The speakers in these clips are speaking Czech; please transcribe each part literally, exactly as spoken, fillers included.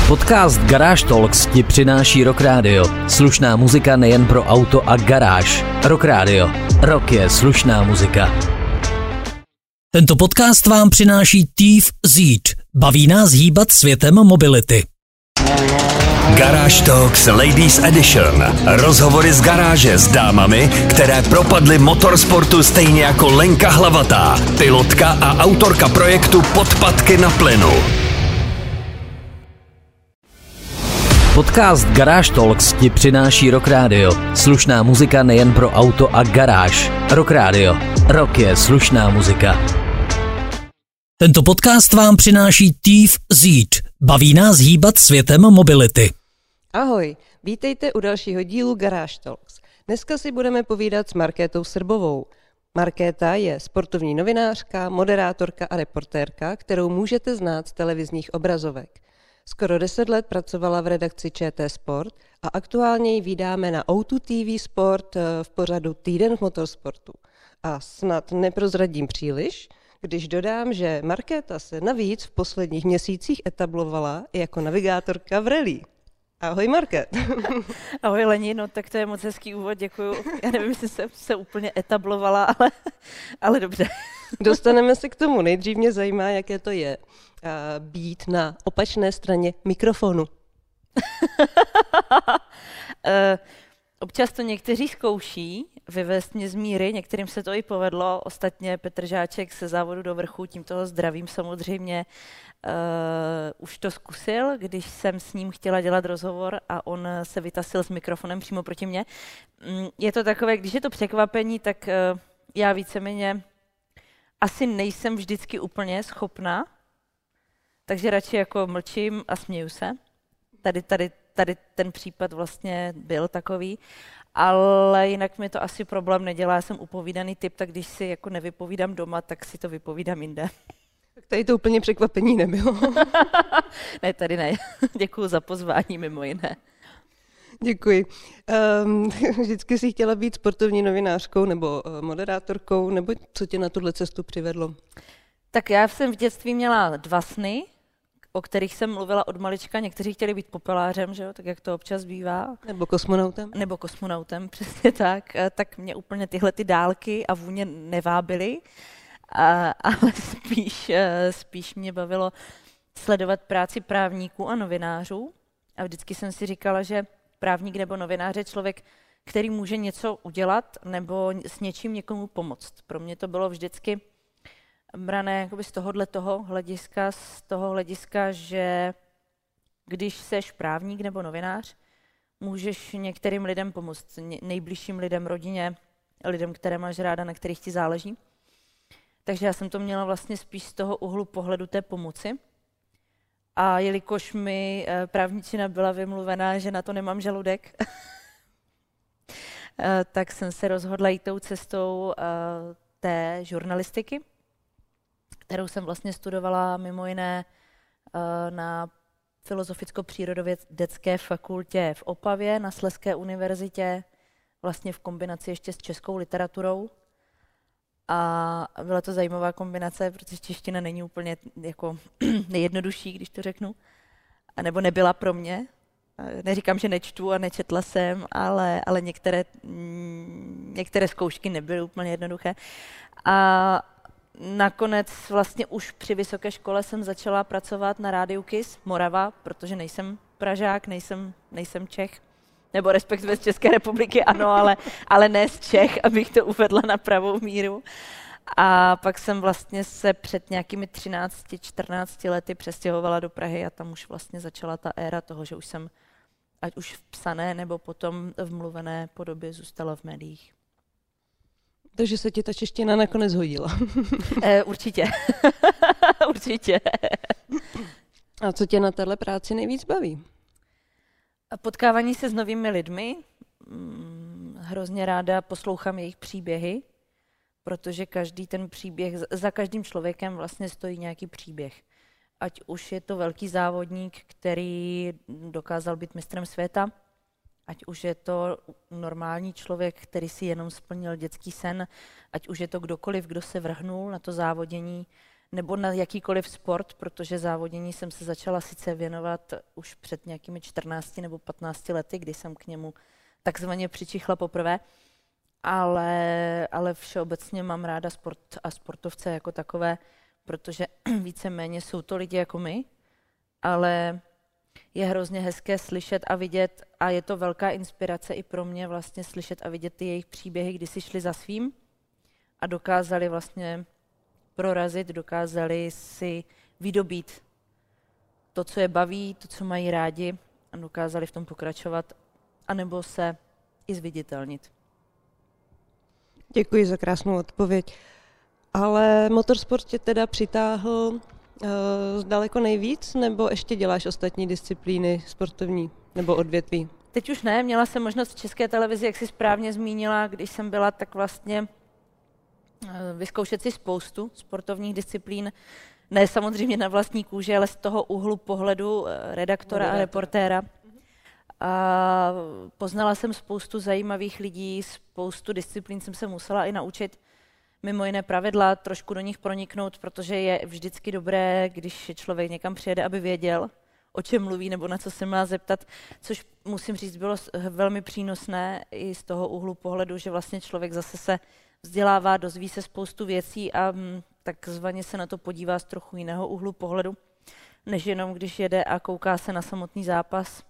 Podcast Garage Talks ti přináší Rock Radio. Slušná muzika nejen pro auto a garáž. Rock Radio. Rock je slušná muzika. Tento podcast vám přináší Thief Zeed. Baví nás hýbat světem mobility. Garage Talks Ladies Edition. Rozhovory z garáže s dámami, které propadly motorsportu stejně jako Lenka Hlavatá, pilotka a autorka projektu Podpatky na plynu. Podcast Garage Talks ti přináší Rock Radio. Slušná muzika nejen pro auto a garáž. Rock Radio. Rock je slušná muzika. Tento podcast vám přináší Thief Zeed. Baví nás hýbat světem mobility. Ahoj, vítejte u dalšího dílu Garage Talks. Dneska si budeme povídat s Markétou Srbovou. Markéta je sportovní novinářka, moderátorka a reportérka, kterou můžete znát z televizních obrazovek. Skoro deset let pracovala v redakci ČT Sport a aktuálně ji vídáme na O dva T V Sport v pořadu Týden v motorsportu. A snad neprozradím příliš, když dodám, že Markéta se navíc v posledních měsících etablovala jako navigátorka v rally. Ahoj Market. Ahoj Leni, no tak to je moc hezký úvod, děkuju. Já nevím, jestli jsem se úplně etablovala, ale, ale dobře. Dostaneme se k tomu. Nejdřív mě zajímá, jaké to je uh, být na opačné straně mikrofonu. uh, občas to někteří zkouší vyvést mě z míry, některým se to i povedlo. Ostatně Petr Žáček se závodu do vrchu, tím toho zdravím samozřejmě, uh, už to zkusil, když jsem s ním chtěla dělat rozhovor a on se vytasil s mikrofonem přímo proti mně. Um, je to takové, když je to překvapení, tak uh, já víceméně asi nejsem vždycky úplně schopná, takže radši jako mlčím a směju se. Tady, tady, tady ten případ vlastně byl takový, ale jinak mi to asi problém nedělá. Já jsem upovídaný typ, tak když si jako nevypovídám doma, tak si to vypovídám jinde. Tak tady to úplně překvapení nebylo. Ne, tady ne. Děkuju za pozvání mimo jiné. Děkuji. Um, vždycky jsi chtěla být sportovní novinářkou nebo uh, moderátorkou, nebo co tě na tuhle cestu přivedlo? Tak já jsem v dětství měla dva sny, o kterých jsem mluvila od malička. Někteří chtěli být popelářem, že jo, tak jak to občas bývá. Nebo kosmonautem. Nebo kosmonautem, přesně tak. Tak mě úplně tyhle ty dálky a vůně nevábily, a, ale spíš, spíš mě bavilo sledovat práci právníků a novinářů. A vždycky jsem si říkala, že právník nebo novinář je člověk, který může něco udělat nebo s něčím někomu pomoct. Pro mě to bylo vždycky brané jakoby z tohohle toho hlediska, z toho hlediska, že když seš právník nebo novinář, můžeš některým lidem pomoct, nejbližším lidem, rodině, lidem, které máš ráda, na kterých ti záleží. Takže já jsem to měla vlastně spíš z toho úhlu pohledu té pomoci. A jelikož mi právničina byla vymluvená, že na to nemám žaludek, tak jsem se rozhodla jít tou cestou té žurnalistiky, kterou jsem vlastně studovala mimo jiné na Filozoficko-přírodovědecké fakultě v Opavě, na Slezské univerzitě, vlastně v kombinaci ještě s českou literaturou. A byla to zajímavá kombinace, protože čeština není úplně jako nejjednodušší, když to řeknu, a nebo nebyla pro mě. Neříkám, že nečtu a nečetla jsem, ale, ale některé, některé zkoušky nebyly úplně jednoduché. A nakonec vlastně už při vysoké škole jsem začala pracovat na rádiu Kiss Morava, protože nejsem Pražák, nejsem, nejsem Čech, nebo respektive z České republiky, ano, ale, ale ne z Čech, abych to uvedla na pravou míru. A pak jsem vlastně se před nějakými třinácti čtrnácti lety přestěhovala do Prahy a tam už vlastně začala ta éra toho, že už jsem, ať už v psané nebo potom v mluvené podobě, zůstala v médiích. Takže se ti ta čeština nakonec hodila. e, určitě. Určitě. A co tě na téhle práci nejvíc baví? Potkávání se s novými lidmi. Hrozně ráda poslouchám jejich příběhy, protože každý ten příběh, za každým člověkem vlastně stojí nějaký příběh. Ať už je to velký závodník, který dokázal být mistrem světa, ať už je to normální člověk, který si jenom splnil dětský sen, ať už je to kdokoliv, kdo se vrhnul na to závodění, nebo na jakýkoliv sport, protože závodění jsem se začala sice věnovat už před nějakými čtrnácti nebo patnácti lety, kdy jsem k němu takzvaně přičichla poprvé, ale, ale všeobecně mám ráda sport a sportovce jako takové, protože víceméně jsou to lidi jako my, ale je hrozně hezké slyšet a vidět, a je to velká inspirace i pro mě vlastně slyšet a vidět ty jejich příběhy, kdy si šli za svým a dokázali vlastně prorazit, dokázali si vydobít to, co je baví, to, co mají rádi a dokázali v tom pokračovat, anebo se i zviditelnit. Děkuji za krásnou odpověď. Ale motorsport tě teda přitáhl uh, daleko nejvíc, nebo ještě děláš ostatní disciplíny sportovní nebo odvětví? Teď už ne, měla jsem možnost v České televizi, jak jsi správně zmínila, když jsem byla, tak vlastně uh, vyzkoušet si spoustu sportovních disciplín. Ne samozřejmě na vlastní kůži, ale z toho úhlu pohledu uh, redaktora a reportéra. A poznala jsem spoustu zajímavých lidí, spoustu disciplín jsem se musela i naučit, mimo jiné pravidla, trošku do nich proniknout, protože je vždycky dobré, když člověk někam přijede, aby věděl, o čem mluví nebo na co se má zeptat, což musím říct, bylo velmi přínosné i z toho úhlu pohledu, že vlastně člověk zase se vzdělává, dozví se spoustu věcí a takzvaně se na to podívá z trochu jiného úhlu pohledu, než jenom když jede a kouká se na samotný zápas.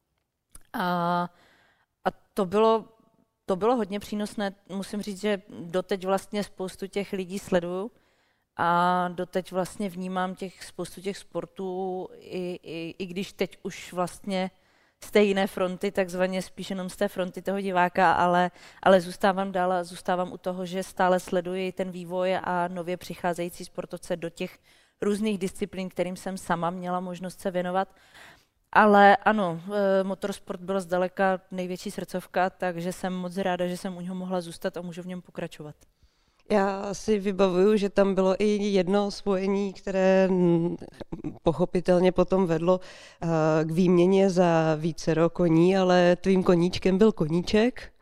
A, a to bylo, to bylo hodně přínosné. Musím říct, že doteď vlastně spoustu těch lidí sleduju a doteď vlastně vnímám těch spoustu těch sportů, i, i, i když teď už vlastně z té jiné fronty, takzvaně spíš jenom z té fronty toho diváka, ale, ale zůstávám dál a zůstávám u toho, že stále sleduji ten vývoj a nově přicházející sportovce do těch různých disciplín, kterým jsem sama měla možnost se věnovat. Ale ano, motorsport byl zdaleka největší srdcovka, takže jsem moc ráda, že jsem u něho mohla zůstat a můžu v něm pokračovat. Já si vybavuju, že tam bylo i jedno spojení, které pochopitelně potom vedlo k výměně za vícero koní, ale tvým koníčkem byl koníček.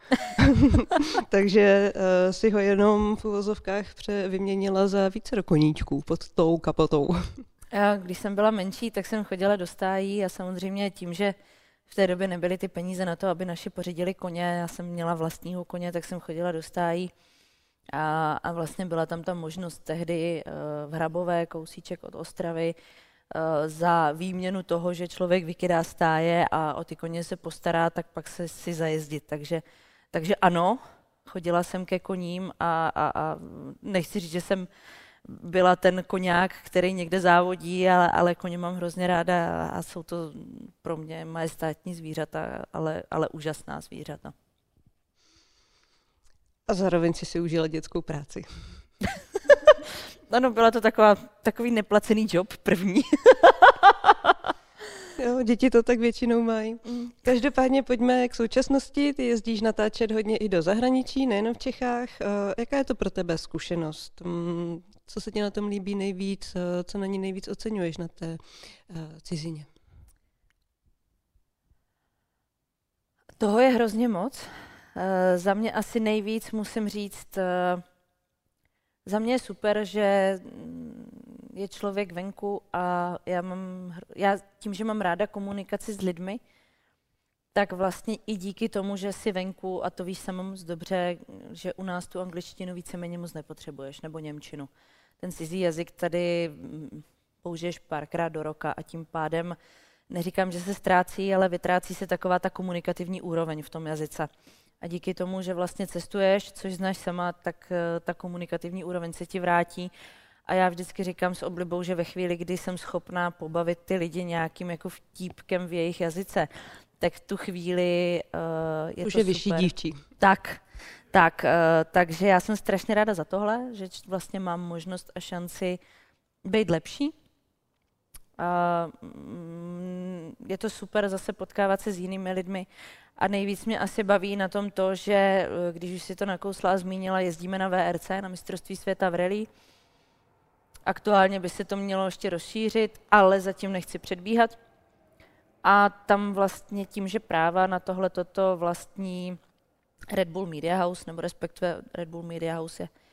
Takže si ho jenom v uvozovkách vyměnila za vícero koníčků pod tou kapotou. Já, když jsem byla menší, tak jsem chodila do stájí a samozřejmě tím, že v té době nebyly ty peníze na to, aby naši pořídili koně, já jsem měla vlastního koně, tak jsem chodila do stájí a, a vlastně byla tam ta možnost tehdy uh, v Hrabové, kousíček od Ostravy, uh, za výměnu toho, že člověk vykydá stáje a o ty koně se postará, tak pak se si zajezdit. Takže, takže ano, chodila jsem ke koním a, a, a nechci říct, že jsem byla ten koňák, který někde závodí, ale, ale koně mám hrozně ráda a jsou to pro mě majestátní zvířata, ale, ale úžasná zvířata. A zároveň si si užila dětskou práci. Ano, byla to taková, takový neplacený job první. Jo, děti to tak většinou mají. Každopádně pojďme k současnosti. Ty jezdíš natáčet hodně i do zahraničí, nejen v Čechách. Jaká je to pro tebe zkušenost? Co se ti na tom líbí nejvíc? Co na ní nejvíc oceňuješ na té cizině? Toho je hrozně moc. Za mě asi nejvíc musím říct, za mě je super, že je člověk venku a já, mám, já tím, že mám ráda komunikaci s lidmi, tak vlastně i díky tomu, že jsi venku, a to víš sama moc dobře, že u nás tu angličtinu víceméně moc nepotřebuješ, nebo němčinu. Ten cizí jazyk tady použiješ párkrát do roka a tím pádem, neříkám, že se ztrácí, ale vytrácí se taková ta komunikativní úroveň v tom jazyce. A díky tomu, že vlastně cestuješ, což znáš sama, tak ta komunikativní úroveň se ti vrátí. A já vždycky říkám s oblibou, že ve chvíli, kdy jsem schopná pobavit ty lidi nějakým jako vtípkem v jejich jazyce, tak v tu chvíli uh, je už to je vyšší super. dívčí. Tak, tak uh, takže já jsem strašně ráda za tohle, že vlastně mám možnost a šanci být lepší. Uh, je to super zase potkávat se s jinými lidmi a nejvíc mě asi baví na tom to, že když už si to nakousla a zmínila, jezdíme na V R C, na mistrovství světa v rally. Aktuálně by se to mělo ještě rozšířit, ale zatím nechci předbíhat. A tam vlastně tím, že práva na tohle toto vlastní Red Bull Media House, nebo respektive Red Bull Media House je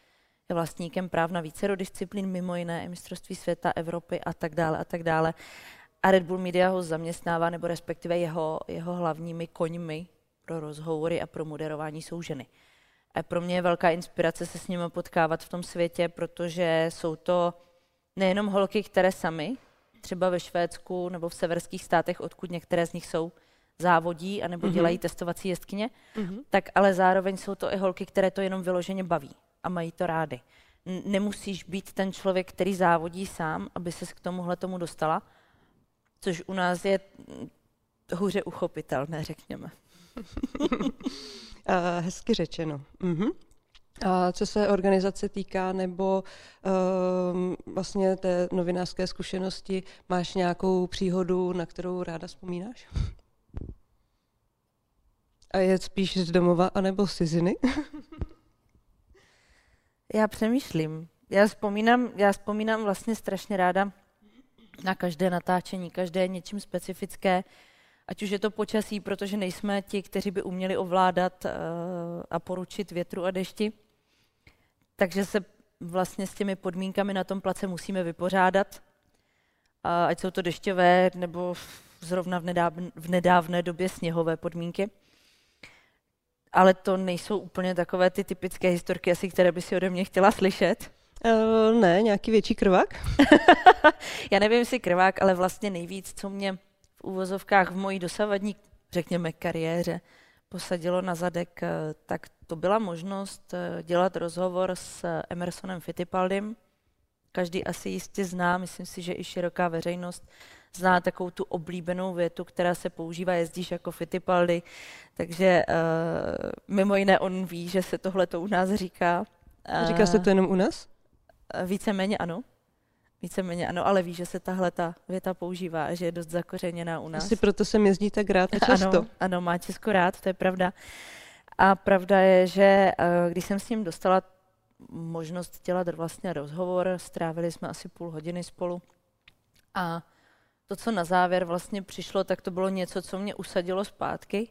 je vlastníkem práv na vícero disciplín, mimo jiné i mistrovství světa, Evropy a tak dále a tak dále. A Red Bull Media ho zaměstnává, nebo respektive jeho, jeho hlavními koňmi pro rozhovory a pro moderování jsou ženy. A pro mě je velká inspirace se s nimi potkávat v tom světě, protože jsou to nejenom holky, které samy, třeba ve Švédsku nebo v severských státech, odkud některé z nich jsou, závodí anebo mm-hmm. dělají testovací jezdkyně, mm-hmm. tak ale zároveň jsou to i holky, které to jenom vyloženě baví a mají to rády. N- nemusíš být ten člověk, který závodí sám, aby ses k tomuhle tomu dostala, což u nás je hůře uchopitelné, řekněme. A hezky řečeno. Mhm. A co se organizace týká, nebo um, vlastně té novinářské zkušenosti, máš nějakou příhodu, na kterou ráda vzpomínáš? A je spíš z domova, anebo z ciziny? Já přemýšlím. Já vzpomínám, já vzpomínám vlastně strašně ráda na každé natáčení, každé je něčím specifické, ať už je to počasí, protože nejsme ti, kteří by uměli ovládat uh, a poručit větru a dešti. Takže se vlastně s těmi podmínkami na tom place musíme vypořádat. A ať jsou to dešťové nebo zrovna v, nedávn- v nedávné době sněhové podmínky. Ale to nejsou úplně takové ty typické historky, asi, které by si ode mě chtěla slyšet. Uh, ne, nějaký větší krvák? Já nevím, jestli krvák, ale vlastně nejvíc, co mě v uvozovkách v mojí dosavadní, řekněme, kariéře posadilo na zadek, tak to byla možnost dělat rozhovor s Emersonem Fittipaldym. Každý asi jistě zná, myslím si, že i široká veřejnost zná takovou tu oblíbenou větu, která se používá, jezdíš jako Fittipaldi, takže uh, mimo jiné on ví, že se tohle to u nás říká. Říká se to jenom u nás? Víceméně ano. Víceméně ano, ale ví, že se tahle ta věta používá a že je dost zakořeněná u nás. Asi proto sem jezdí tak rád a často. Ano, ano, má Česko rád, to je pravda. A pravda je, že když jsem s ním dostala možnost dělat vlastně rozhovor, strávili jsme asi půl hodiny spolu a to, co na závěr vlastně přišlo, tak to bylo něco, co mě usadilo zpátky.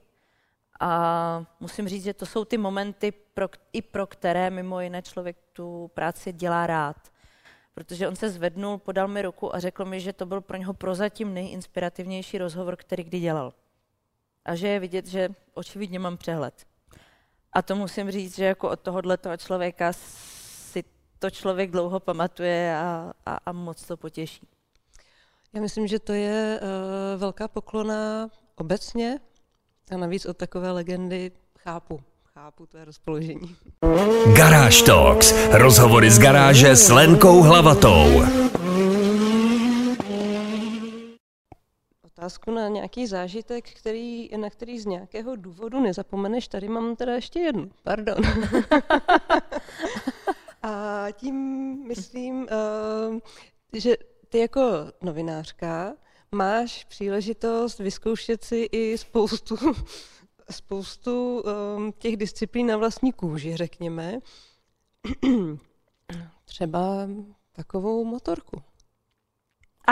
A musím říct, že to jsou ty momenty, pro, i pro které mimo jiné člověk tu práci dělá rád. Protože on se zvednul, podal mi ruku a řekl mi, že to byl pro něho prozatím nejinspirativnější rozhovor, který kdy dělal. A že je vidět, že očividně mám přehled. A to musím říct, že jako od tohohle toho člověka si to člověk dlouho pamatuje a, a, a moc to potěší. Já myslím, že to je uh, velká poklona obecně a navíc od takové legendy chápu. Chápu, to je rozpoložení. Garáž Talks. Rozhovory z garáže s Lenkou Hlavatou. Otázku na nějaký zážitek, který, na který z nějakého důvodu nezapomeneš. Tady mám teda ještě jednu. Pardon. A tím myslím, uh, že ty jako novinářka máš příležitost vyzkoušet si i spoustu spoustu um, těch disciplín na vlastní kůži, řekněme. Třeba takovou motorku. A.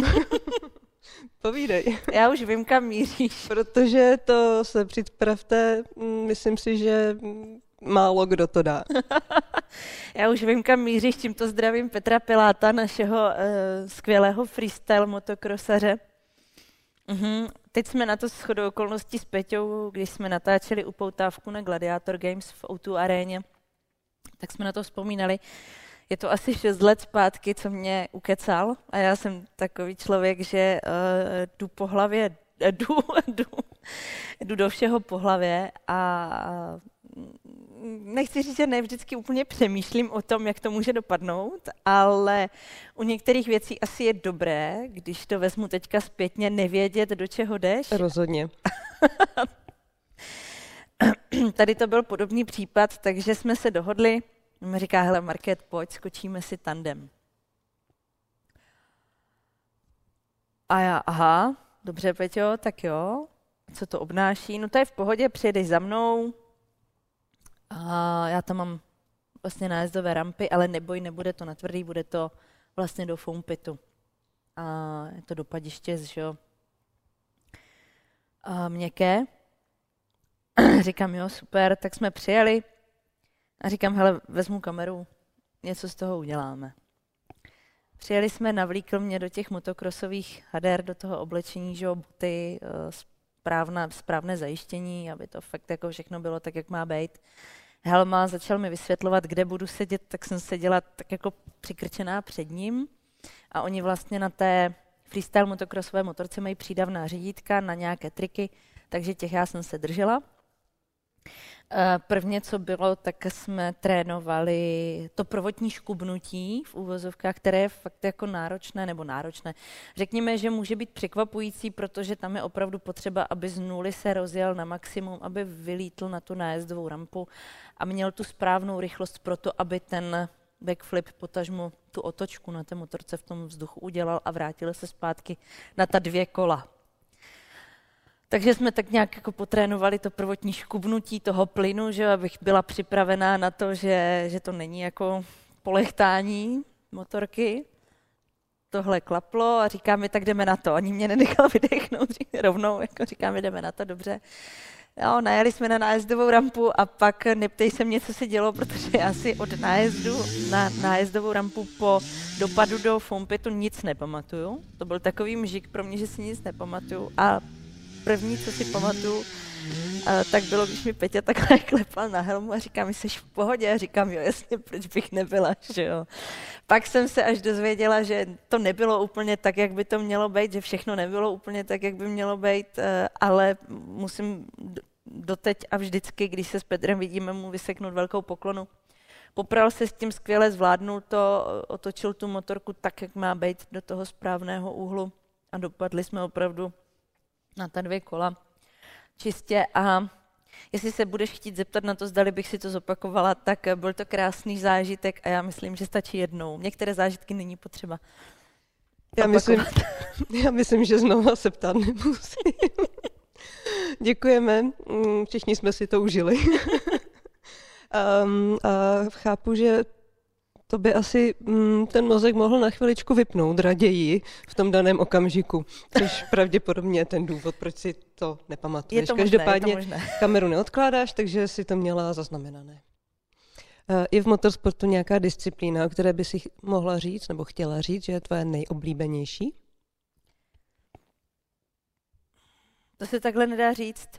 Povídej. Já už vím, kam míříš. Protože to se připravte, myslím si, že málo kdo to dá. Já už vím, kam míříš, tímto zdravím Petra Piláta, našeho uh, skvělého freestyle motokrosaře. Uhum. Teď jsme na to shodou okolností s Peťou, když jsme natáčeli upoutávku na Gladiator Games v ó dva aréně, tak jsme na to vzpomínali. Je to asi šest let zpátky, co mě ukecal a já jsem takový člověk, že uh, jdu po hlavě, jdu, jdu, jdu do všeho po hlavě a nechci říct, že ne vždycky úplně přemýšlím o tom, jak to může dopadnout, ale u některých věcí asi je dobré, když to vezmu teďka zpětně, nevědět, do čeho jdeš. Rozhodně. Tady to byl podobný případ, takže jsme se dohodli, mi říká, hele Market, pojď, skočíme si tandem. A já, aha, dobře Peťo, tak jo, co to obnáší? No to je v pohodě, přijedeš za mnou, a já tam mám vlastně nájezdové rampy, ale neboj, nebude to na tvrdý, bude to vlastně do foam pitu. A je to dopadiště, že jo, a měkké. Říkám, jo, super, tak jsme přijeli a říkám, hele, vezmu kameru, něco z toho uděláme. Přijeli jsme, navlíkl mě do těch motokrosových hader, do toho oblečení, že jo, boty, správná, správné zajištění, aby to fakt jako všechno bylo tak, jak má být. Helma začal mi vysvětlovat, kde budu sedět, tak jsem seděla tak jako přikrčená před ním a oni vlastně na té freestyle motokrosové motorce mají přídavná řídítka na nějaké triky, takže těch já jsem se držela. Prvně, co bylo, tak jsme trénovali to prvotní škubnutí v uvozovkách, které je fakt jako náročné, nebo náročné. Řekněme, že může být překvapující, protože tam je opravdu potřeba, aby z nuly se rozjel na maximum, aby vylítl na tu nájezdovou rampu a měl tu správnou rychlost pro to, aby ten backflip, potažmo tu otočku na té motorce v tom vzduchu udělal a vrátil se zpátky na ta dvě kola. Takže jsme tak nějak jako potrénovali to prvotní škubnutí toho plynu, že abych byla připravená na to, že, že to není jako polechtání motorky. Tohle klaplo a říká mi, tak jdeme na to. Ani mě nenechal vydechnout rovnou, jako říká mi, jdeme na to, dobře. Jo, najeli jsme na nájezdovou rampu a pak neptej se mě, co se dělo, protože já si od nájezdu na nájezdovou rampu po dopadu do foampitu nic nepamatuju. To byl takový mžik pro mě, že si nic nepamatuju. A první, co si pamatuju, tak bylo, když mi Peťa takhle klepal na helmu a říká mi, jsi v pohodě? A říkám, jo, jasně, proč bych nebyla, že jo. Pak jsem se až dozvěděla, že to nebylo úplně tak, jak by to mělo být, že všechno nebylo úplně tak, jak by mělo být, ale musím doteď a vždycky, když se s Petrem vidíme, mu vyseknout velkou poklonu. Popral se s tím skvěle, zvládnul to, otočil tu motorku tak, jak má být, do toho správného úhlu a dopadli jsme opravdu na ta dvě kola čistě. A jestli se budeš chtít zeptat na to, zdali bych si to zopakovala, tak byl to krásný zážitek a já myslím, že stačí jednou. Některé zážitky není potřeba já myslím, já myslím, že znovu se ptát nemusím. Děkujeme, všichni jsme si to užili. um, a chápu, že to by asi mm, ten mozek mohl na chviličku vypnout raději v tom daném okamžiku, což pravděpodobně je ten důvod, proč si to nepamatuješ. Je to možné, Každopádně je to možné. Kameru neodkládáš, takže si to měla zaznamenané. Uh, je v motorsportu nějaká disciplína, o které by si mohla říct, nebo chtěla říct, že je tvoje nejoblíbenější? To se takhle nedá říct.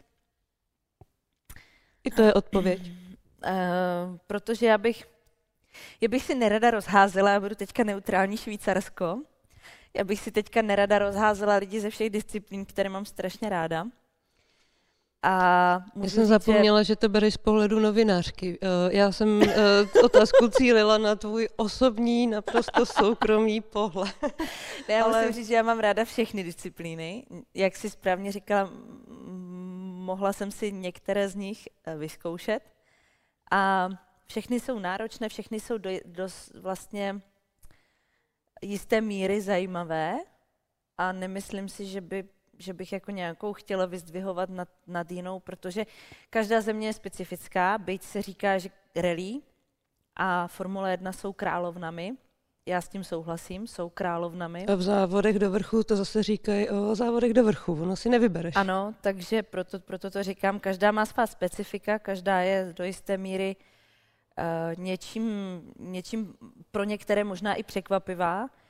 I to je odpověď. Uh, protože já bych Já bych si nerada rozházela, já budu teďka neutrální Švýcarsko, já bych si teďka nerada rozházela lidi ze všech disciplín, které mám strašně ráda. A já jsem říct, zapomněla, že... že to bereš z pohledu novinářky. Já jsem otázku cílila na tvůj osobní, naprosto soukromý pohled. Ne, já Ale... musím říct, že já mám ráda všechny disciplíny. Jak jsi správně říkala, mohla jsem si některé z nich vyzkoušet. A všechny jsou náročné, všechny jsou do, do vlastně jisté míry zajímavé a nemyslím si, že, by, že bych jako nějakou chtěla vyzdvihovat nad, nad jinou, protože každá země je specifická, byť se říká, že rally a Formule jedna jsou královnami. Já s tím souhlasím, jsou královnami. A v závodech do vrchu to zase říkají o závodech do vrchu, ono si nevybereš. Ano, takže proto, proto to říkám, každá má svá specifika, každá je do jisté míry Uh, něčím, něčím pro některé možná i překvapivá. Uh,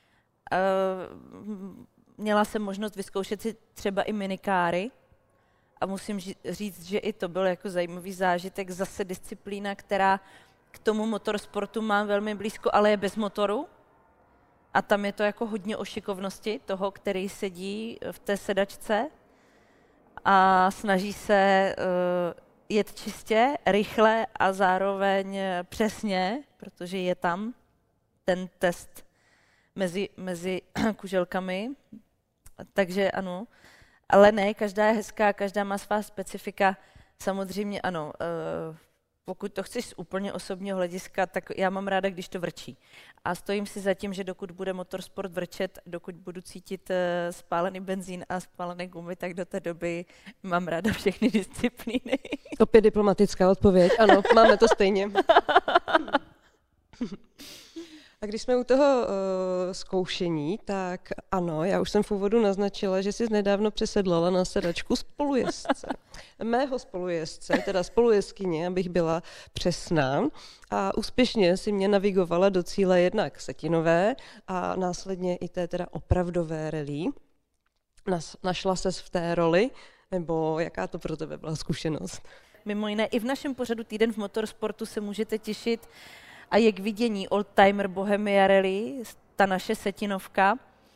měla jsem možnost vyzkoušet si třeba i minikáry a musím říct, že i to byl jako zajímavý zážitek. Zase disciplína, která k tomu motorsportu má velmi blízko, ale je bez motoru. A tam je to jako hodně o šikovnosti toho, který sedí v té sedačce a snaží se uh, jet čistě, rychle a zároveň přesně, protože je tam ten test mezi, mezi kuželkami. Takže ano, ale ne, každá je hezká, každá má svá specifika. Samozřejmě ano, pokud to chceš z úplně osobního hlediska, tak já mám ráda, když to vrčí. A stojím si za tím, že dokud bude motorsport vrčet, dokud budu cítit spálený benzín a spálené gumy, tak do té doby mám ráda všechny disciplíny. Opět diplomatická odpověď. Ano, máme to stejně. A když jsme u toho uh, zkoušení, tak ano, já už jsem v úvodu naznačila, že jsi nedávno přesedlala na sedačku spolujezdce. Mého spolujezdce, teda spolujezdkyně, abych byla přesná. A úspěšně si mě navigovala do cíle jednak setinové a následně i té teda opravdové rally. Nas, našla ses v té roli, nebo jaká to pro tebe byla zkušenost? Mimo jiné, i v našem pořadu Týden v motorsportu se můžete těšit a je k vidění Oldtimer Bohemia Rally, ta naše setinovka,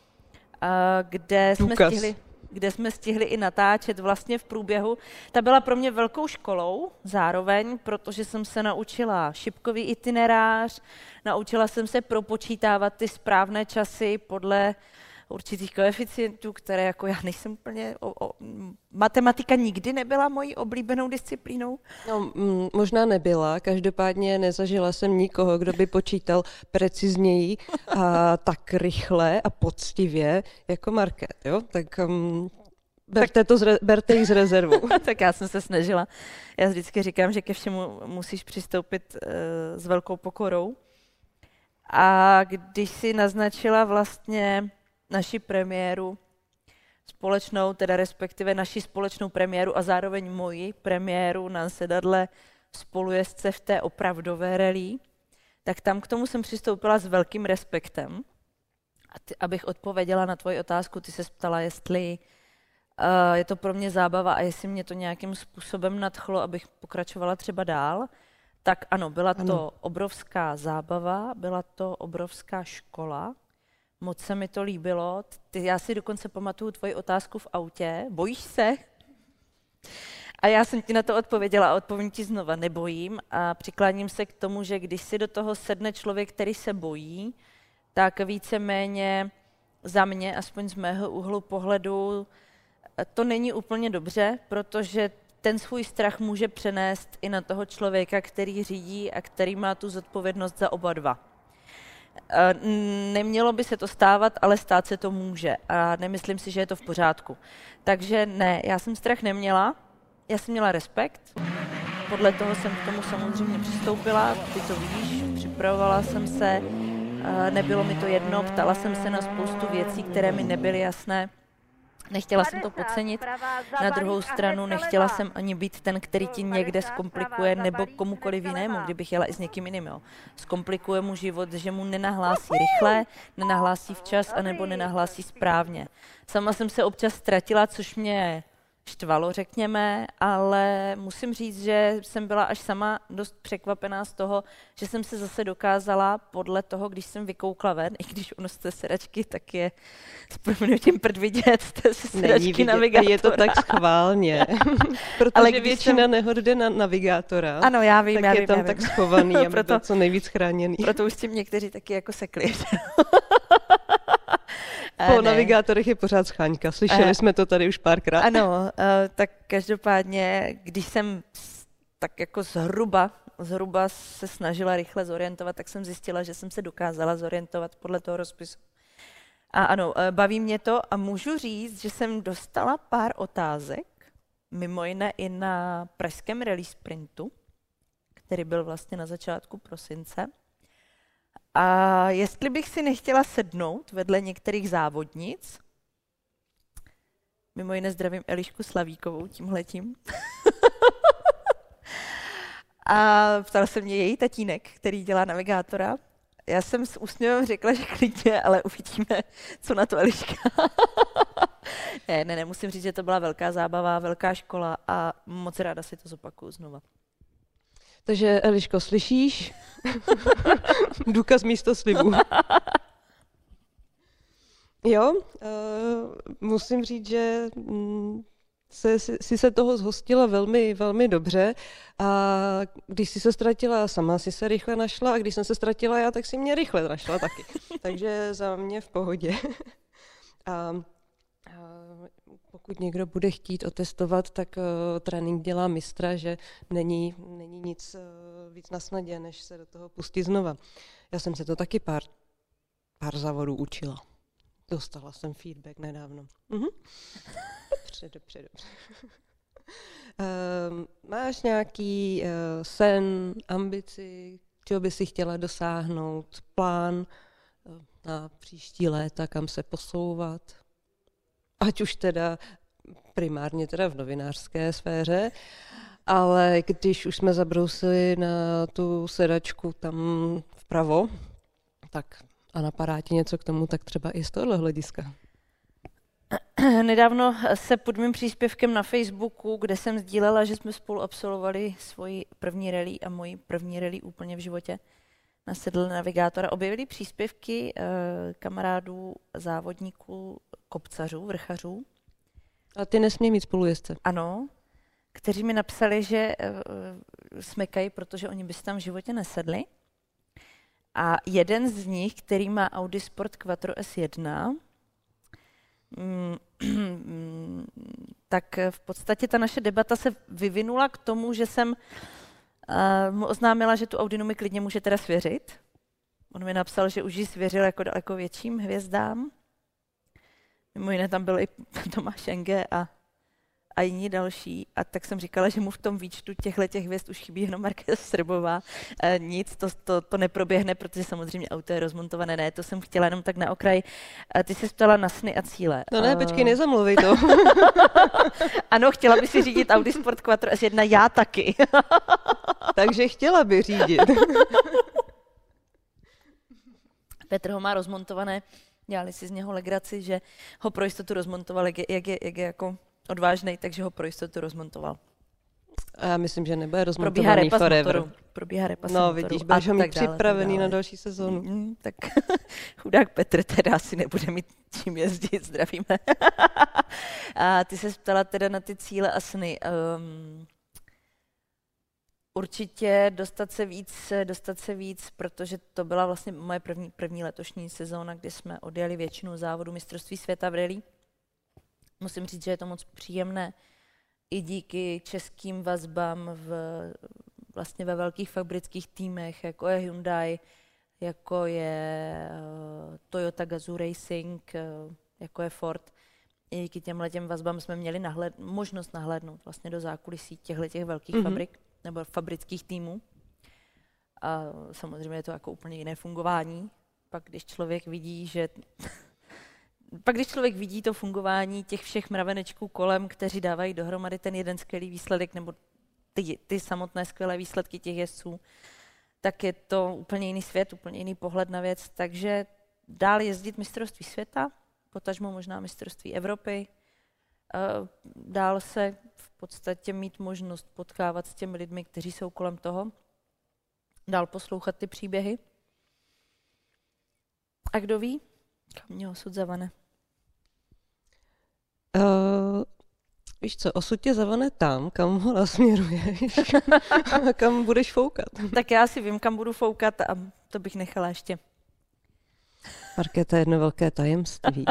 kde jsme, stihli, kde jsme stihli i natáčet vlastně v průběhu. Ta byla pro mě velkou školou zároveň, protože jsem se naučila šipkový itinerář, naučila jsem se propočítávat ty správné časy podle určitých koeficientů, které jako já nejsem úplně... O, o, matematika nikdy nebyla mojí oblíbenou disciplínou? No, m, možná nebyla, každopádně nezažila jsem nikoho, kdo by počítal precizněji a tak rychle a poctivě jako Markéta, jo? Tak... Um, Berte, to zre, berte jich z rezervu. Tak já jsem se snažila. Já vždycky říkám, že ke všemu musíš přistoupit uh, s velkou pokorou. A když si naznačila vlastně naši premiéru společnou, teda respektive naši společnou premiéru a zároveň moji premiéru na sedadle spolujezdce v té opravdové rally, tak tam k tomu jsem přistoupila s velkým respektem. A ty, abych odpověděla na tvoji otázku, ty se ptala, jestli uh, je to pro mě zábava a jestli mě to nějakým způsobem nadchlo, abych pokračovala třeba dál. Tak ano, byla ano. to obrovská zábava, byla to obrovská škola. Moc se mi to líbilo. Ty, já si dokonce pamatuju tvoji otázku v autě. Bojíš se? A já jsem ti na to odpověděla a odpovím ti znova. Nebojím a přikláním se k tomu, že když si do toho sedne člověk, který se bojí, tak víceméně za mě, aspoň z mého úhlu pohledu, to není úplně dobře, protože ten svůj strach může přenést i na toho člověka, který řídí a který má tu zodpovědnost za oba dva. Nemělo by se to stávat, ale stát se to může a nemyslím si, že je to v pořádku. Takže ne, já jsem strach neměla, já jsem měla respekt, podle toho jsem k tomu samozřejmě přistoupila, ty to víš, připravovala jsem se, nebylo mi to jedno, ptala jsem se na spoustu věcí, které mi nebyly jasné. Nechtěla jsem to podcenit, na druhou stranu nechtěla jsem ani být ten, který ti někde zkomplikuje nebo komukoliv jinému, kdybych jela i s někým jiným. Jo. Zkomplikuje mu život, že mu nenahlásí rychle, nenahlásí včas anebo nenahlásí správně. Sama jsem se občas ztratila, což mě štvalo, řekněme, ale musím říct, že jsem byla až sama dost překvapená z toho, že jsem se zase dokázala podle toho, když jsem vykoukla ven, i když ono z té sedačky tak je s prominutím prd vidět, z té sedačky vidět, navigátora. Je to tak schválně, protože ale většina jsem... nehod jde na navigátora, ano, já vím, tak já je vím, tam já tak vím. schovaný, aby byl co nejvíc chráněný. Proto už s tím někteří taky jako sekli. Po ne. navigátorech je pořád scháňka, slyšeli uh, jsme to tady už párkrát. Ano, uh, tak každopádně, když jsem tak jako zhruba, zhruba se snažila rychle zorientovat, tak jsem zjistila, že jsem se dokázala zorientovat podle toho rozpisu. A ano, uh, baví mě to a můžu říct, že jsem dostala pár otázek, mimo jiné i na pražském rally sprintu, který byl vlastně na začátku prosince. A jestli bych si nechtěla sednout vedle některých závodnic, mimo jiné zdravím Elišku Slavíkovou tímhletím, a ptal se mě její tatínek, který dělá navigátora. Já jsem s úsměvem řekla, že klidně, ale uvidíme, co na to Eliška. ne, ne, ne, musím říct, že to byla velká zábava, velká škola a moc ráda si to zopakuju znova. Takže Eliško, slyšíš? Důkaz místo slibu. Jo, uh, musím říct, že mm, se, si, si se toho zhostila velmi, velmi dobře a když si se ztratila sama, si se rychle našla a když jsem se ztratila já, tak si mě rychle našla taky. Takže za mě v pohodě. a, Pokud někdo bude chtít otestovat, tak uh, trénink dělá mistra, že není, není nic uh, víc na snadě, než se do toho pustit znova. Já jsem se to taky pár, pár závodů učila. Dostala jsem feedback nedávno. Mhm. Dobře, dobře, dobře. uh, máš nějaký uh, sen, ambici, čeho by si chtěla dosáhnout, plán na příští léta, kam se posouvat. Ať už teda primárně teda v novinářské sféře, ale když už jsme zabrousili na tu sedačku tam vpravo, tak a napadá ti něco k tomu, tak třeba i z tohohle hlediska. Nedávno se pod mým příspěvkem na Facebooku, kde jsem sdílela, že jsme spolu absolvovali svoji první rally a moji první rally úplně v životě na sedle navigátora, objevili příspěvky eh, kamarádů, závodníků, kopcařů, vrchařů. A ty nesmí mít spolujezdce. Ano, kteří mi napsali, že uh, smekají, protože oni by se tam v životě nesedli. A jeden z nich, který má Audi Sport Quattro S jedna, mm, tak v podstatě ta naše debata se vyvinula k tomu, že jsem uh, mu oznámila, že tu Audinu mi klidně může teda svěřit. On mi napsal, že už ji svěřil jako daleko větším hvězdám. Mimo jiné tam byl i Tomáš Enge a, a jiní další. A tak jsem říkala, že mu v tom výčtu těchto hvězd už chybí jenom Markéta Srbová. E, nic, to, to, to neproběhne, protože samozřejmě auto je rozmontované. Ne, to jsem chtěla jenom tak na okraj. E, ty jsi ptala na sny a cíle. No ne, počkej, nezamluvej to. Ano, chtěla by si řídit Audi Sport Quattro S jedna, já taky. Takže chtěla by řídit. Petr ho má rozmontované. Dělali si z něho legraci, že ho pro jistotu rozmontoval, jak je, jak je, jak je jako odvážnej, takže ho pro jistotu rozmontoval. A já myslím, že nebude rozmontovaný forever. Motoru. Probíhá repas No motoru. vidíš, budeš ho mít dále, připravený na další sezónu. Mm, tak chudák Petr teda asi nebude mít čím jezdit, zdravíme. A ty se ptala teda na ty cíle a sny. Um, Určitě dostat se víc, dostat se víc, protože to byla vlastně moje první, první letošní sezóna, kdy jsme odjeli většinu závodů mistrovství světa v rally. Musím říct, že je to moc příjemné i díky českým vazbám v, vlastně ve velkých fabrických týmech, jako je Hyundai, jako je uh, Toyota Gazoo Racing, uh, jako je Ford. I díky těmhletěm vazbám jsme měli nahled, možnost nahlédnout vlastně do zákulisí těchto velkých mm-hmm. fabrik nebo fabrických týmů. A samozřejmě je to jako úplně jiné fungování. Pak když člověk vidí, že pak když člověk vidí to fungování těch všech mravenečků kolem, kteří dávají dohromady ten jeden skvělý výsledek, nebo ty, ty samotné skvělé výsledky těch jezdců, tak je to úplně jiný svět, úplně jiný pohled na věc. Takže dál jezdit mistrovství světa, potažmo možná mistrovství Evropy, dál se v podstatě mít možnost potkávat s těmi lidmi, kteří jsou kolem toho, dál poslouchat ty příběhy. A kdo ví, kam mě osud zavane? Uh, víš co, osud tě zavane tam, kam ho nasměruješ a kam budeš foukat. Tak já si vím, kam budu foukat a to bych nechala ještě. Markéta, jedno velké tajemství.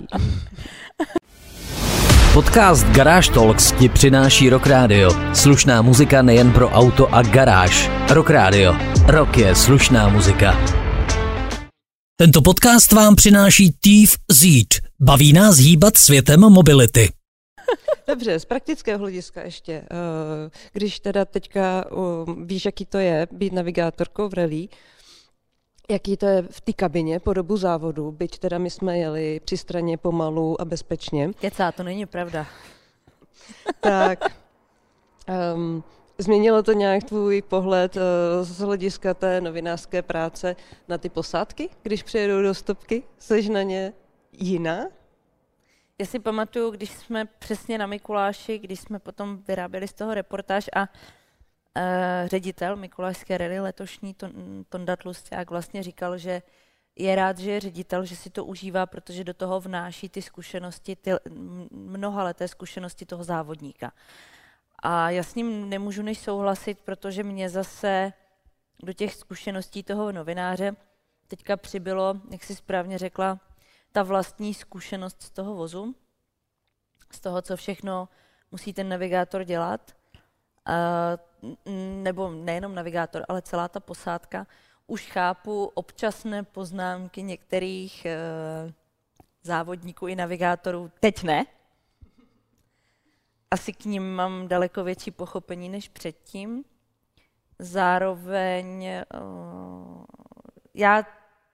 Podcast Garage Talks ti přináší Rock Radio. Slušná muzika nejen pro auto a garáž. Rock Radio. Rock je slušná muzika. Tento podcast vám přináší Thief Zeed. Baví nás hýbat světem mobility. Dobře, z praktického hlediska ještě. Když teda teďka víš, jaký to je být navigátorkou v rally, jaký to je v té kabině po dobu závodu, byť teda my jsme jeli při straně pomalu a bezpečně. Kecá, to není pravda. Tak, um, změnilo to nějak tvůj pohled uh, z hlediska té novinářské práce na ty posádky, když přijedou do stopky? Jseš na ně jiná? Já si pamatuju, když jsme přesně na Mikuláši, když jsme potom vyráběli z toho reportáž a Uh, ředitel Mikulášské rally letošní Tonda Tlusťák vlastně říkal, že je rád, že je ředitel, že si to užívá, protože do toho vnáší ty zkušenosti, ty mnohaleté zkušenosti toho závodníka. A já s ním nemůžu než souhlasit, protože mě zase do těch zkušeností toho novináře teďka přibylo, jak si správně řekla, ta vlastní zkušenost z toho vozu, z toho, co všechno musí ten navigátor dělat. Uh, nebo nejenom navigátor, ale celá ta posádka. Už chápu občasné poznámky některých uh, závodníků i navigátorů. Teď ne. Asi k nim mám daleko větší pochopení než předtím. zároveň uh, já,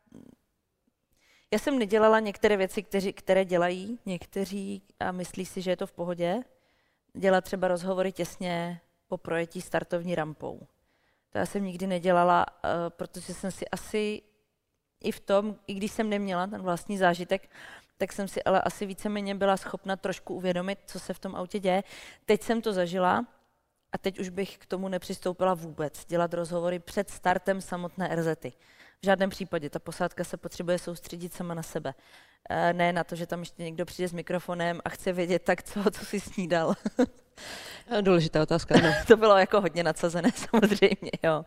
já jsem nedělala některé věci, kteři, které dělají někteří a myslí si, že je to v pohodě. Dělat třeba rozhovory těsně po projetí startovní rampou. To já jsem nikdy nedělala, uh, protože jsem si asi i v tom, i když jsem neměla ten vlastní zážitek, tak jsem si ale asi víceméně byla schopna trošku uvědomit, co se v tom autě děje. Teď jsem to zažila a teď už bych k tomu nepřistoupila vůbec. Dělat rozhovory před startem samotné er zety. V žádném případě. Ta posádka se potřebuje soustředit sama na sebe. E, ne na to, že tam ještě někdo přijde s mikrofonem a chce vědět, tak co, co si snídal. Důležitá otázka, no. To bylo jako hodně nadsazené samozřejmě, jo.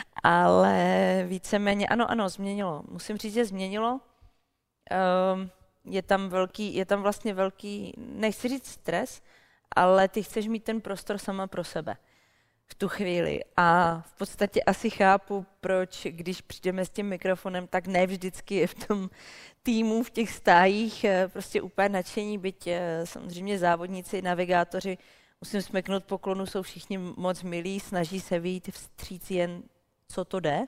Ale víceméně, ano, ano, změnilo. Musím říct, že změnilo. Um, je tam velký, je tam vlastně velký, nechci říct stres, ale ty chceš mít ten prostor sama pro sebe v tu chvíli. A v podstatě asi chápu, proč, když přijdeme s tím mikrofonem, tak ne vždycky je v tom týmu, v těch stájích prostě úplně nadšení, byť samozřejmě závodníci, navigátoři, musím smeknout poklonu, jsou všichni moc milí, snaží se vyjít vstříc jen, co to jde.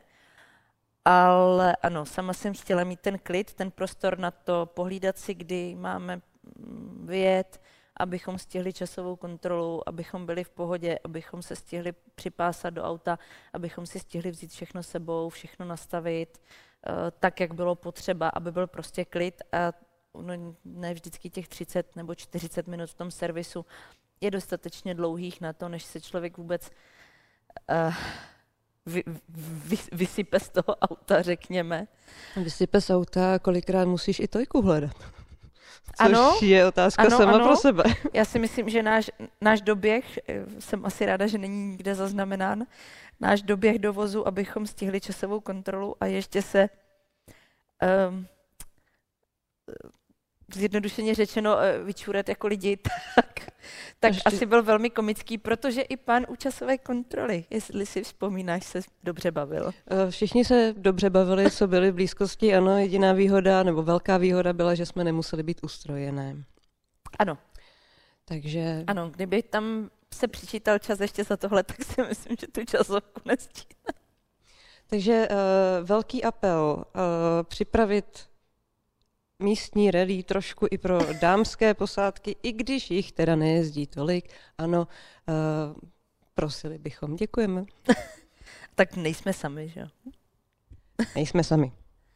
Ale ano, sama jsem chtěla mít ten klid, ten prostor na to, pohlídat si, kdy máme vyjet, abychom stihli časovou kontrolu, abychom byli v pohodě, abychom se stihli připásat do auta, abychom si stihli vzít všechno sebou, všechno nastavit tak, jak bylo potřeba, aby byl prostě klid. A no, ne vždycky těch třicet nebo čtyřicet minut v tom servisu je dostatečně dlouhých na to, než se člověk vůbec uh, vy, vy, vysype z toho auta, řekněme. Vysype z auta, kolikrát musíš i tojku hledat. Což ano, je otázka ano, sama ano. pro sebe. Já si myslím, že náš, náš doběh, jsem asi ráda, že není nikde zaznamenán, náš doběh do vozu, abychom stihli časovou kontrolu a ještě se um, zjednodušeně řečeno vyčůrat jako lidi, tak, tak Ještě... asi byl velmi komický, protože i pán u časové kontroly, jestli si vzpomínáš, se dobře bavil. Všichni se dobře bavili, co byli v blízkosti, ano, jediná výhoda, nebo velká výhoda byla, že jsme nemuseli být ustrojené. Ano. Takže... Ano, kdyby tam se přičítal čas ještě za tohle, tak si myslím, že tu časovku nestíhne. Takže uh, velký apel, uh, připravit místní rally trošku i pro dámské posádky, i když jich teda nejezdí tolik. Ano, uh, prosili bychom. Děkujeme. Tak nejsme sami, že jo? Nejsme sami.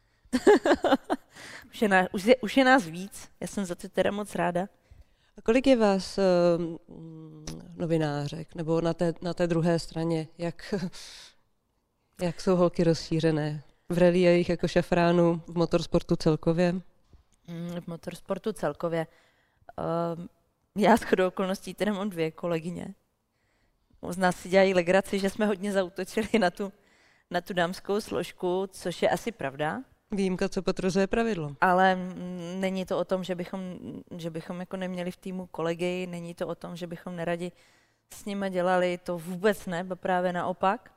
už, je nás, už, je, už je nás víc, já jsem za to teda moc ráda. A kolik je vás uh, novinářek, nebo na té, na té druhé straně, jak, jak jsou holky rozšířené? V rally je jich jako šafránů, v motorsportu celkově? V motorsportu celkově. Uh, já shodou okolností teda mám dvě kolegyně. Z nás si dělají legraci, že jsme hodně zaútočili na tu, na tu dámskou složku, což je asi pravda. Výjimka, co potvrzuje pravidlo. Ale není to o tom, že bychom, že bychom jako neměli v týmu kolegy, není to o tom, že bychom neradi s nimi dělali, to vůbec ne, právě naopak.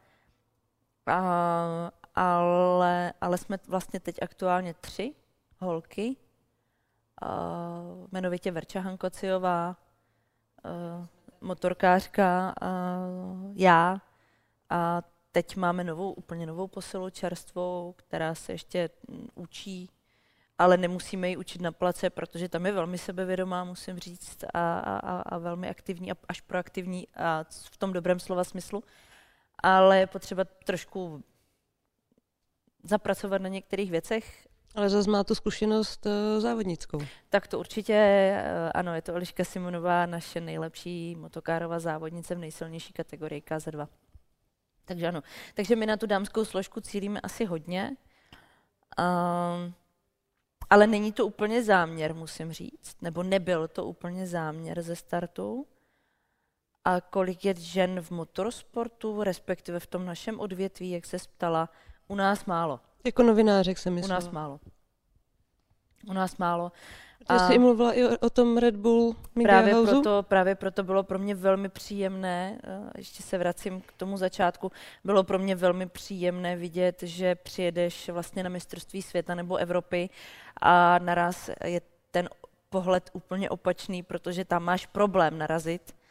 A, ale, ale jsme vlastně teď aktuálně tři holky. Uh, jmenovitě Verča Hankociová, uh, motorkářka, uh, já a teď máme novou, úplně novou posilu čerstvou, která se ještě učí, ale nemusíme ji učit na place, protože tam je velmi sebevědomá, musím říct, a, a, a velmi aktivní a až proaktivní a v tom dobrém slova smyslu, ale je potřeba trošku zapracovat na některých věcech. Ale zase má tu zkušenost uh, závodnickou. Tak to určitě, uh, ano, je to Eliška Simonová, naše nejlepší motokárová závodnice v nejsilnější kategorii K Z dva. Takže ano, takže my na tu dámskou složku cílíme asi hodně, uh, ale není to úplně záměr, musím říct, nebo nebyl to úplně záměr ze startu. A kolik je žen v motorsportu, respektive v tom našem odvětví, jak se ptala, u nás málo. Jako novinářek se myslela. U nás málo. U nás málo. Ty jsi i mluvila i o, o tom Red Bull Media právě Houseu? proto, právě proto bylo pro mě velmi příjemné, ještě se vracím k tomu začátku, bylo pro mě velmi příjemné vidět, že přijedeš vlastně na mistrovství světa nebo Evropy a naraz je ten pohled úplně opačný, protože tam máš problém narazit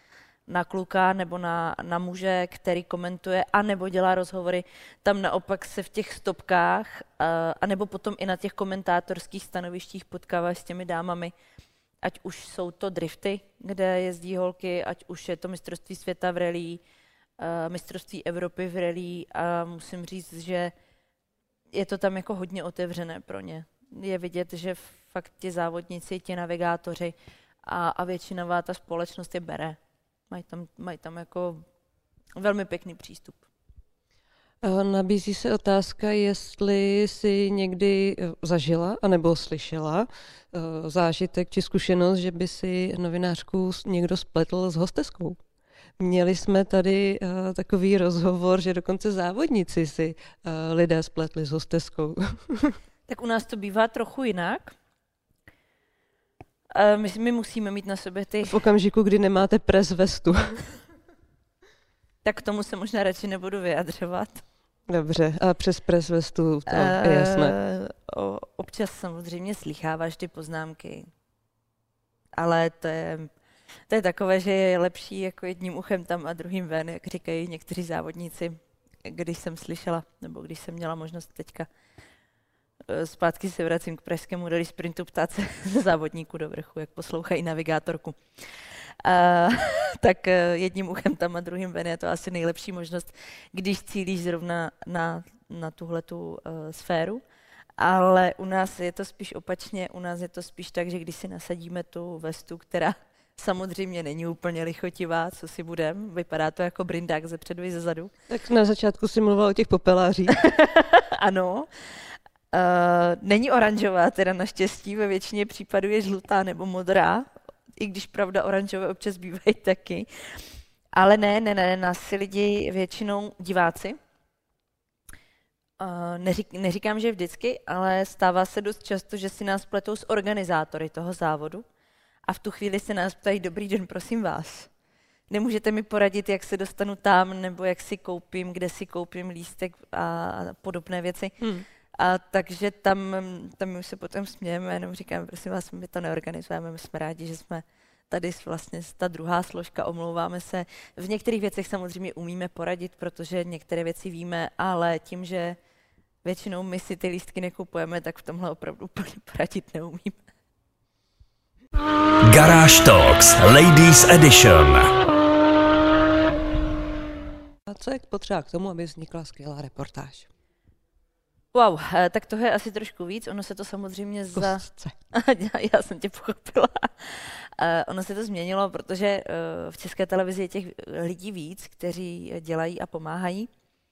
na kluka nebo na, na muže, který komentuje, anebo dělá rozhovory, tam naopak se v těch stopkách, anebo potom i na těch komentátorských stanovištích potkáváš s těmi dámami, ať už jsou to drifty, kde jezdí holky, ať už je to mistrovství světa v rally, mistrovství Evropy v rally a musím říct, že je to tam jako hodně otevřené pro ně. Je vidět, že fakt ti závodníci, ti navigátoři a, a většinová ta společnost je bere. Mají tam, mají tam jako velmi pěkný přístup. Nabízí se otázka, jestli jsi někdy zažila anebo slyšela zážitek či zkušenost, že by si novinářku někdo spletl s hosteskou. Měli jsme tady uh, takový rozhovor, že dokonce závodníci si uh, lidé spletli s hosteskou. Tak u nás to bývá trochu jinak. Uh, my, my musíme mít na sobě ty... V okamžiku, kdy nemáte pres vestu. Tak k tomu se možná radši nebudu vyjadřovat. Dobře, a přes pres vestu to uh, je jasné. O, občas samozřejmě slycháváš ty poznámky, ale to je... To je takové, že je lepší jako jedním uchem tam a druhým ven, jak říkají někteří závodníci, když jsem slyšela, nebo když jsem měla možnost teďka zpátky se vracím k pražskému rally sprintu ptát se závodníků do vrchu, jak poslouchají navigátorku. A, tak jedním uchem tam a druhým ven je to asi nejlepší možnost, když cílíš zrovna na, na tuhletu uh, sféru. Ale u nás je to spíš opačně, u nás je to spíš tak, že když si nasadíme tu vestu, která samozřejmě není úplně lichotivá, co si budem. Vypadá to jako brindák ze předu i ze zadu. Tak na začátku si mluvila o těch popelářích. Ano. Uh, není oranžová, teda naštěstí, ve většině případů je žlutá nebo modrá, i když pravda oranžové občas bývají taky. Ale ne, ne, ne, nás si lidi většinou diváci. Uh, neřík, neříkám, že vždycky, ale stává se dost často, že si nás pletou s organizátory toho závodu. A v tu chvíli se nás ptají, dobrý den, prosím vás. Nemůžete mi poradit, jak se dostanu tam, nebo jak si koupím, kde si koupím lístek a podobné věci. Hmm. A takže tam, tam už se potom smějeme, jenom říkáme, prosím vás, my to neorganizujeme, my jsme rádi, že jsme tady vlastně ta druhá složka, omlouváme se. V některých věcech samozřejmě umíme poradit, protože některé věci víme, ale tím, že většinou my si ty lístky nekupujeme, tak v tomhle opravdu úplně poradit neumíme. Garage Talks Ladies Edition. A co je potřeba k tomu, aby vznikla skvělá reportáž? Wow, tak toho je asi trošku víc. Ono se to samozřejmě za... Já jsem tě pochopila. Ono se to změnilo, protože v České televizi je těch lidí víc, kteří dělají a pomáhají.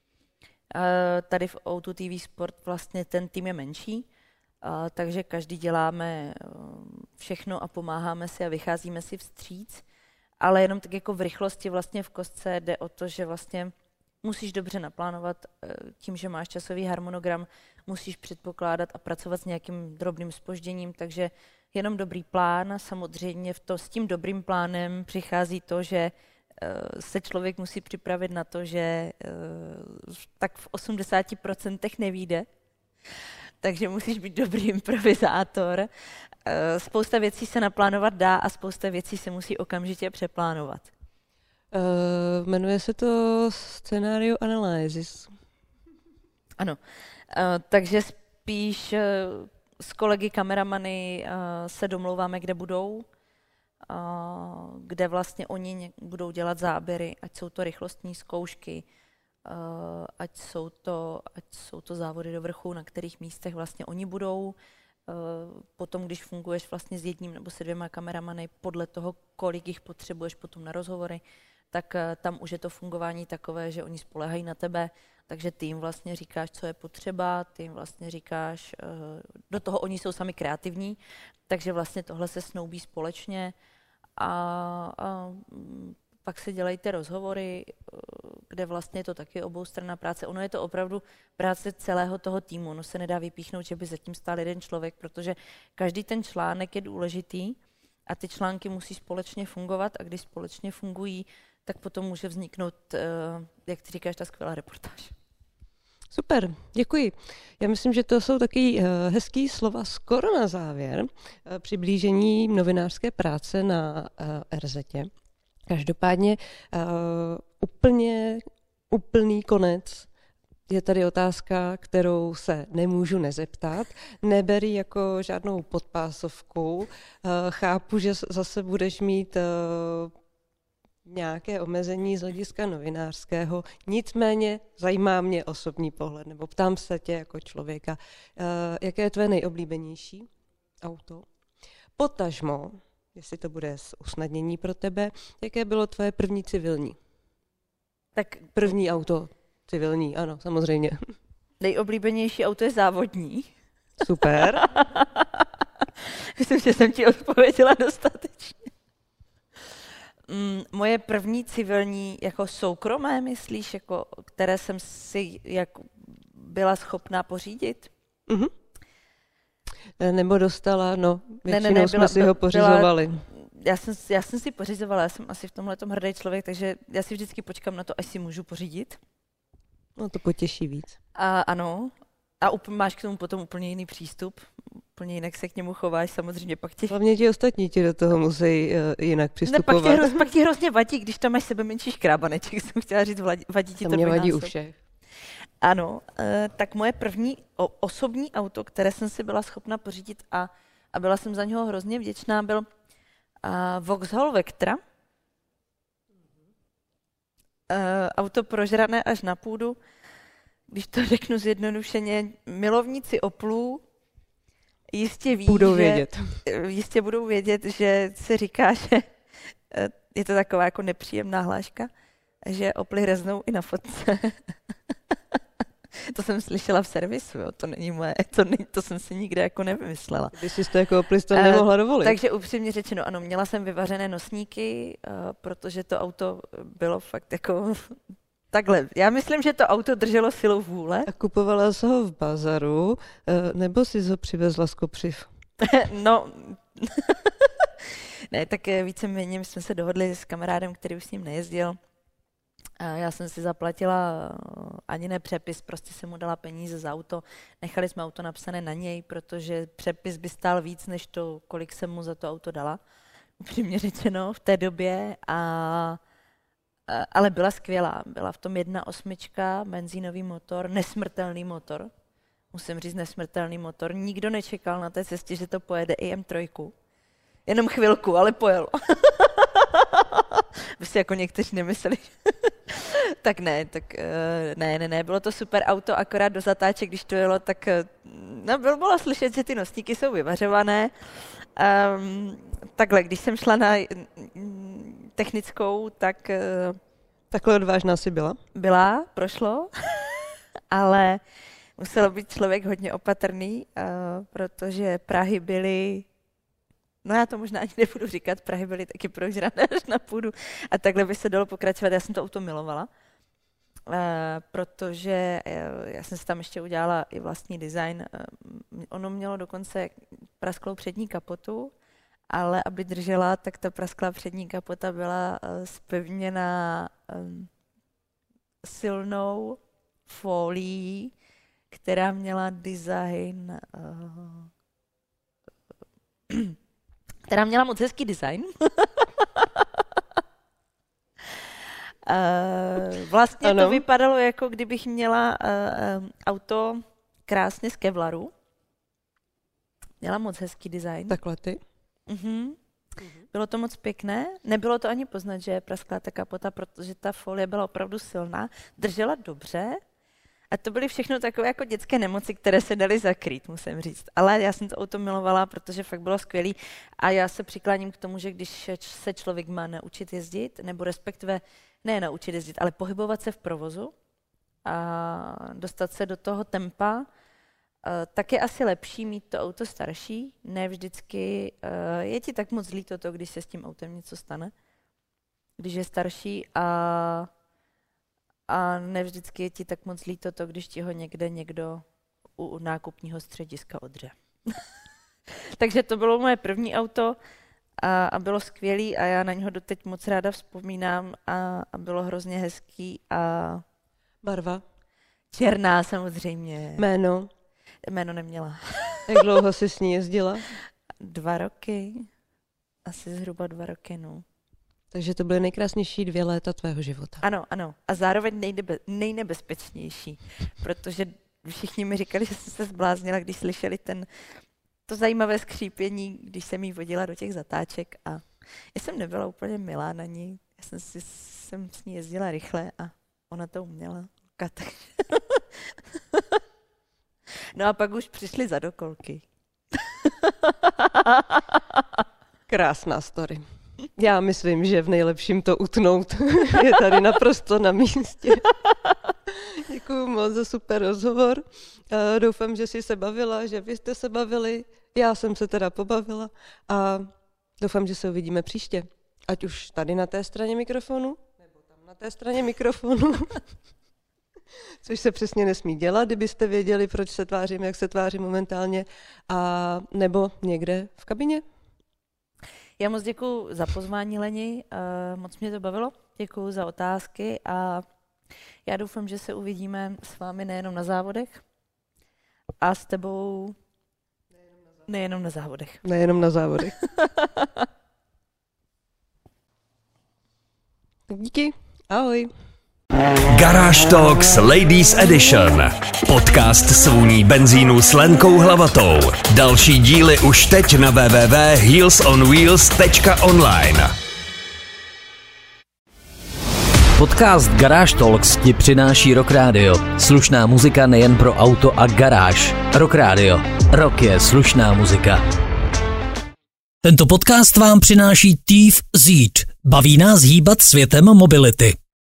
Tady v O dva T V Sport vlastně ten tým je menší. Uh, takže každý děláme uh, všechno a pomáháme si a vycházíme si vstříc, ale jenom tak jako v rychlosti vlastně v kostce jde o to, že vlastně musíš dobře naplánovat uh, tím, že máš časový harmonogram, musíš předpokládat a pracovat s nějakým drobným zpožděním, takže jenom dobrý plán, samozřejmě v to, s tím dobrým plánem přichází to, že uh, se člověk musí připravit na to, že uh, tak v osmdesáti procentech nevyjde. Takže musíš být dobrý improvizátor. Spousta věcí se naplánovat dá a spousta věcí se musí okamžitě přeplánovat. Uh, jmenuje se to Scenario Analysis. Ano, uh, takže spíš uh, s kolegy kameramany uh, se domlouváme, kde budou, uh, kde vlastně oni budou dělat záběry, ať jsou to rychlostní zkoušky, Uh, ať, jsou to, ať jsou to závody do vrchu, na kterých místech vlastně oni budou. Uh, potom, když funguješ vlastně s jedním nebo se dvěma kameramany, podle toho, kolik jich potřebuješ potom na rozhovory, tak uh, tam už je to fungování takové, že oni spoléhají na tebe, takže ty jim vlastně říkáš, co je potřeba, ty jim vlastně říkáš, uh, do toho oni jsou sami kreativní, takže vlastně tohle se snoubí společně a, a pak se dělají ty rozhovory, kde vlastně je to taky oboustranná práce. Ono je to opravdu práce celého toho týmu. Ono se nedá vypíchnout, že by zatím stál jeden člověk, protože každý ten článek je důležitý a ty články musí společně fungovat a když společně fungují, tak potom může vzniknout, jak ty říkáš, ta skvělá reportáž. Super, děkuji. Já myslím, že to jsou taky hezký slova skoro na závěr přiblížení novinářské práce na er zet. Každopádně uh, úplně úplný konec. Je tady otázka, kterou se nemůžu nezeptat. Neber ji jako žádnou podpásovku. Uh, chápu, že zase budeš mít uh, nějaké omezení z hlediska novinářského. Nicméně zajímá mě osobní pohled, nebo ptám se tě jako člověka. Uh, jaké je tvé nejoblíbenější auto? Potažmo, jestli to bude usnadnění pro tebe, jaké bylo tvoje první civilní? Tak první auto civilní, ano, samozřejmě. Nejoblíbenější auto je závodní. Super. Myslím, že jsem ti odpověděla dostatečně. Mm, moje první civilní, jako soukromé, myslíš, jako, které jsem si jako byla schopná pořídit? Mm-hmm. Nebo dostala, no, většinou ne, ne, ne, jsme byla, si ho pořizovali. Byla, já, jsem, já jsem si pořizovala, já jsem asi v tomhletom hrdý člověk, takže já si vždycky počkám na to, až si můžu pořídit. No to potěší víc. A ano, a úplně, máš k tomu potom úplně jiný přístup, úplně jinak se k němu chováš, samozřejmě pak ti... Hlavně ti ostatní ti do toho musí uh, jinak přistupovat. Ne, pak, ti hroz, pak ti hrozně vadí, když tam máš sebe menší škrábaneček, jsem chtěla říct, vadí ti to, to mě vadí u všech. Ano, e, tak moje první o, osobní auto, které jsem si byla schopna pořídit a, a byla jsem za něho hrozně vděčná, byl a, Vauxhall Vectra. E, auto prožrané až na půdu. Když to řeknu zjednodušeně, milovníci Opelů jistě ví, budou že, vědět. jistě budou vědět, že se říká, že je to taková jako nepříjemná hláška, že Opely reznou i na fotce. To jsem slyšela v servisu, jo. To není moje, to, není, to jsem si nikde jako nevymyslela. Když jsi to jako Oplista nemohla dovolit. Takže upřímně řečeno, ano, měla jsem vyvařené nosníky, uh, protože to auto bylo fakt jako takhle. Já myslím, že to auto drželo silou vůle. A kupovala jsi ho v bazaru, uh, nebo jsi ho přivezla z Kopřiv? No, ne, tak víceméně jsme se dohodli s kamarádem, který už s ním nejezdil. Já jsem si zaplatila ani ne přepis, prostě jsem mu dala peníze za auto. Nechali jsme auto napsané na něj, protože přepis by stál víc, než to, kolik jsem mu za to auto dala. Upřímně řečeno v té době. A, ale byla skvělá. Byla v tom jedna osmička, benzínový motor, nesmrtelný motor. Musím říct nesmrtelný motor. Nikdo nečekal na té cestě, že to pojede i em tři. Jenom chvilku, ale pojelo. Vy si jako někteří nemysleli. Tak ne, tak ne, ne, ne, bylo to super auto, akorát do zatáček, když to jelo, tak no, bylo, bylo slyšet, že ty nosníky jsou vyvařované. Um, takhle, když jsem šla na technickou, tak... Takhle odvážná jsi byla? Byla, prošlo, ale muselo být člověk hodně opatrný, uh, protože Prahy byly... No já to možná ani nebudu říkat, Prahy byly taky prožrané až na půdu a takhle by se dalo pokračovat. Já jsem to auto milovala, uh, protože uh, já jsem si tam ještě udělala i vlastní design. Uh, ono mělo dokonce prasklou přední kapotu, ale aby držela, tak ta prasklá přední kapota byla uh, zpevněna um, silnou fólií, která měla design... Uh, která měla moc hezký design. Vlastně ano. To vypadalo, jako kdybych měla uh, auto krásně z kevlaru. Měla moc hezký design. Takhle ty? Uh-huh. Uh-huh. Bylo to moc pěkné. Nebylo to ani poznat, že je prasklá ta kapota, protože ta folie byla opravdu silná. Držela dobře. A to byly všechno takové jako dětské nemoci, které se daly zakrýt, musím říct. Ale já jsem to auto milovala, protože fakt bylo skvělý. A já se přikláním k tomu, že když se člověk má naučit jezdit, nebo respektive ne naučit jezdit, ale pohybovat se v provozu a dostat se do toho tempa, tak je asi lepší mít to auto starší. Ne vždycky je ti tak moc líto to, když se s tím autem něco stane. Když je starší a... A ne vždycky je ti tak moc líto to, když ti ho někde někdo u nákupního střediska odře. Takže to bylo moje první auto a, a bylo skvělý a já na něho doteď moc ráda vzpomínám a, a bylo hrozně hezký. A barva? Černá samozřejmě. Jméno? Jméno neměla. Jak dlouho jsi s ní jezdila? Dva roky. Asi zhruba dva roky, no. Takže to byly nejkrásnější dvě léta tvého života. Ano, ano. A zároveň nejnebe, nejnebezpečnější, protože všichni mi říkali, že jsem se zbláznila, když slyšeli ten, to zajímavé skřípění, když jsem jí vodila do těch zatáček a já jsem nebyla úplně milá na ní. Já jsem, si, jsem s ní jezdila rychle a ona to uměla. No a pak už přišly zadokolky. Krásná story. Já myslím, že v nejlepším to utnout je tady naprosto na místě. Děkuju moc za super rozhovor. Doufám, že jsi se bavila, že vy jste se bavili. Já jsem se teda pobavila a doufám, že se uvidíme příště. Ať už tady na té straně mikrofonu, nebo tam na té straně mikrofonu. Což se přesně nesmí dělat, kdybyste věděli, proč se tvářím, jak se tvářím momentálně, a nebo někde v kabině. Já moc děkuju za pozvání, Leni, moc mě to bavilo, děkuju za otázky a já doufám, že se uvidíme s vámi nejenom na závodech a s tebou nejenom na závodech. Nejenom na závodech. Díky, ahoj. Garage Talks Ladies Edition. Podcast svůní benzínu s Lenkou Hlavatou. Další díly už teď na w w w tečka heels on wheels tečka online. Podcast Garage Talks ti přináší Rock Radio. Slušná muzika nejen pro auto a garáž. Rock Radio. Rock je slušná muzika. Tento podcast vám přináší Thief Zeed. Baví nás hýbat světem mobility.